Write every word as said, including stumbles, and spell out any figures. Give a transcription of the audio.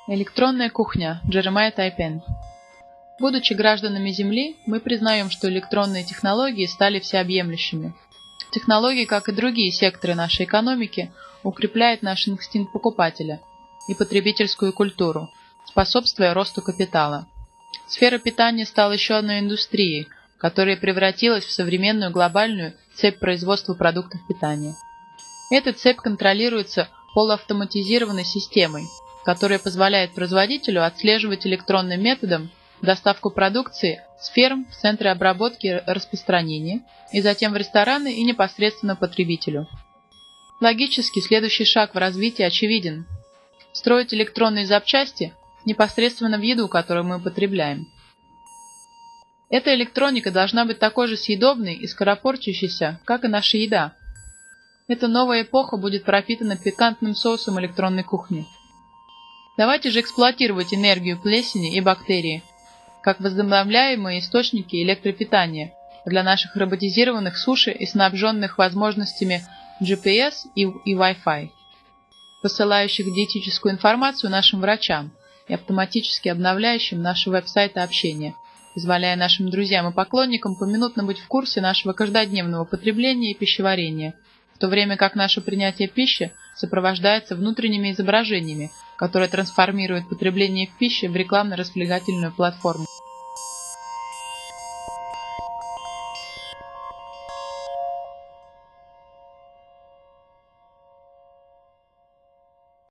Электронная кухня. Джеремайя Тайпен. Будучи гражданами Земли, мы признаем, что электронные технологии стали всеобъемлющими. Технологии, как и другие секторы нашей экономики, укрепляют наш инстинкт покупателя и потребительскую культуру, способствуя росту капитала. Сфера питания стала еще одной индустрией, которая превратилась в современную глобальную цепь производства продуктов питания. Эта цепь контролируется полуавтоматизированной системой, которая позволяет производителю отслеживать электронным методом доставку продукции с ферм в центры обработки и распространения и затем в рестораны и непосредственно потребителю. Логически следующий шаг в развитии очевиден – строить электронные запчасти непосредственно в еду, которую мы потребляем. Эта электроника должна быть такой же съедобной и скоропорчащейся, как и наша еда. Эта новая эпоха будет пропитана пикантным соусом электронной кухни. Давайте же эксплуатировать энергию плесени и бактерий как возобновляемые источники электропитания для наших роботизированных суши и снабженных возможностями джи пи эс и, и Wi-Fi, посылающих диетическую информацию нашим врачам и автоматически обновляющим наши веб-сайты общения, позволяя нашим друзьям и поклонникам поминутно быть в курсе нашего каждодневного потребления и пищеварения, в то время как наше принятие пищи сопровождается внутренними изображениями, которые трансформируют потребление пищи в рекламно-развлекательную платформу.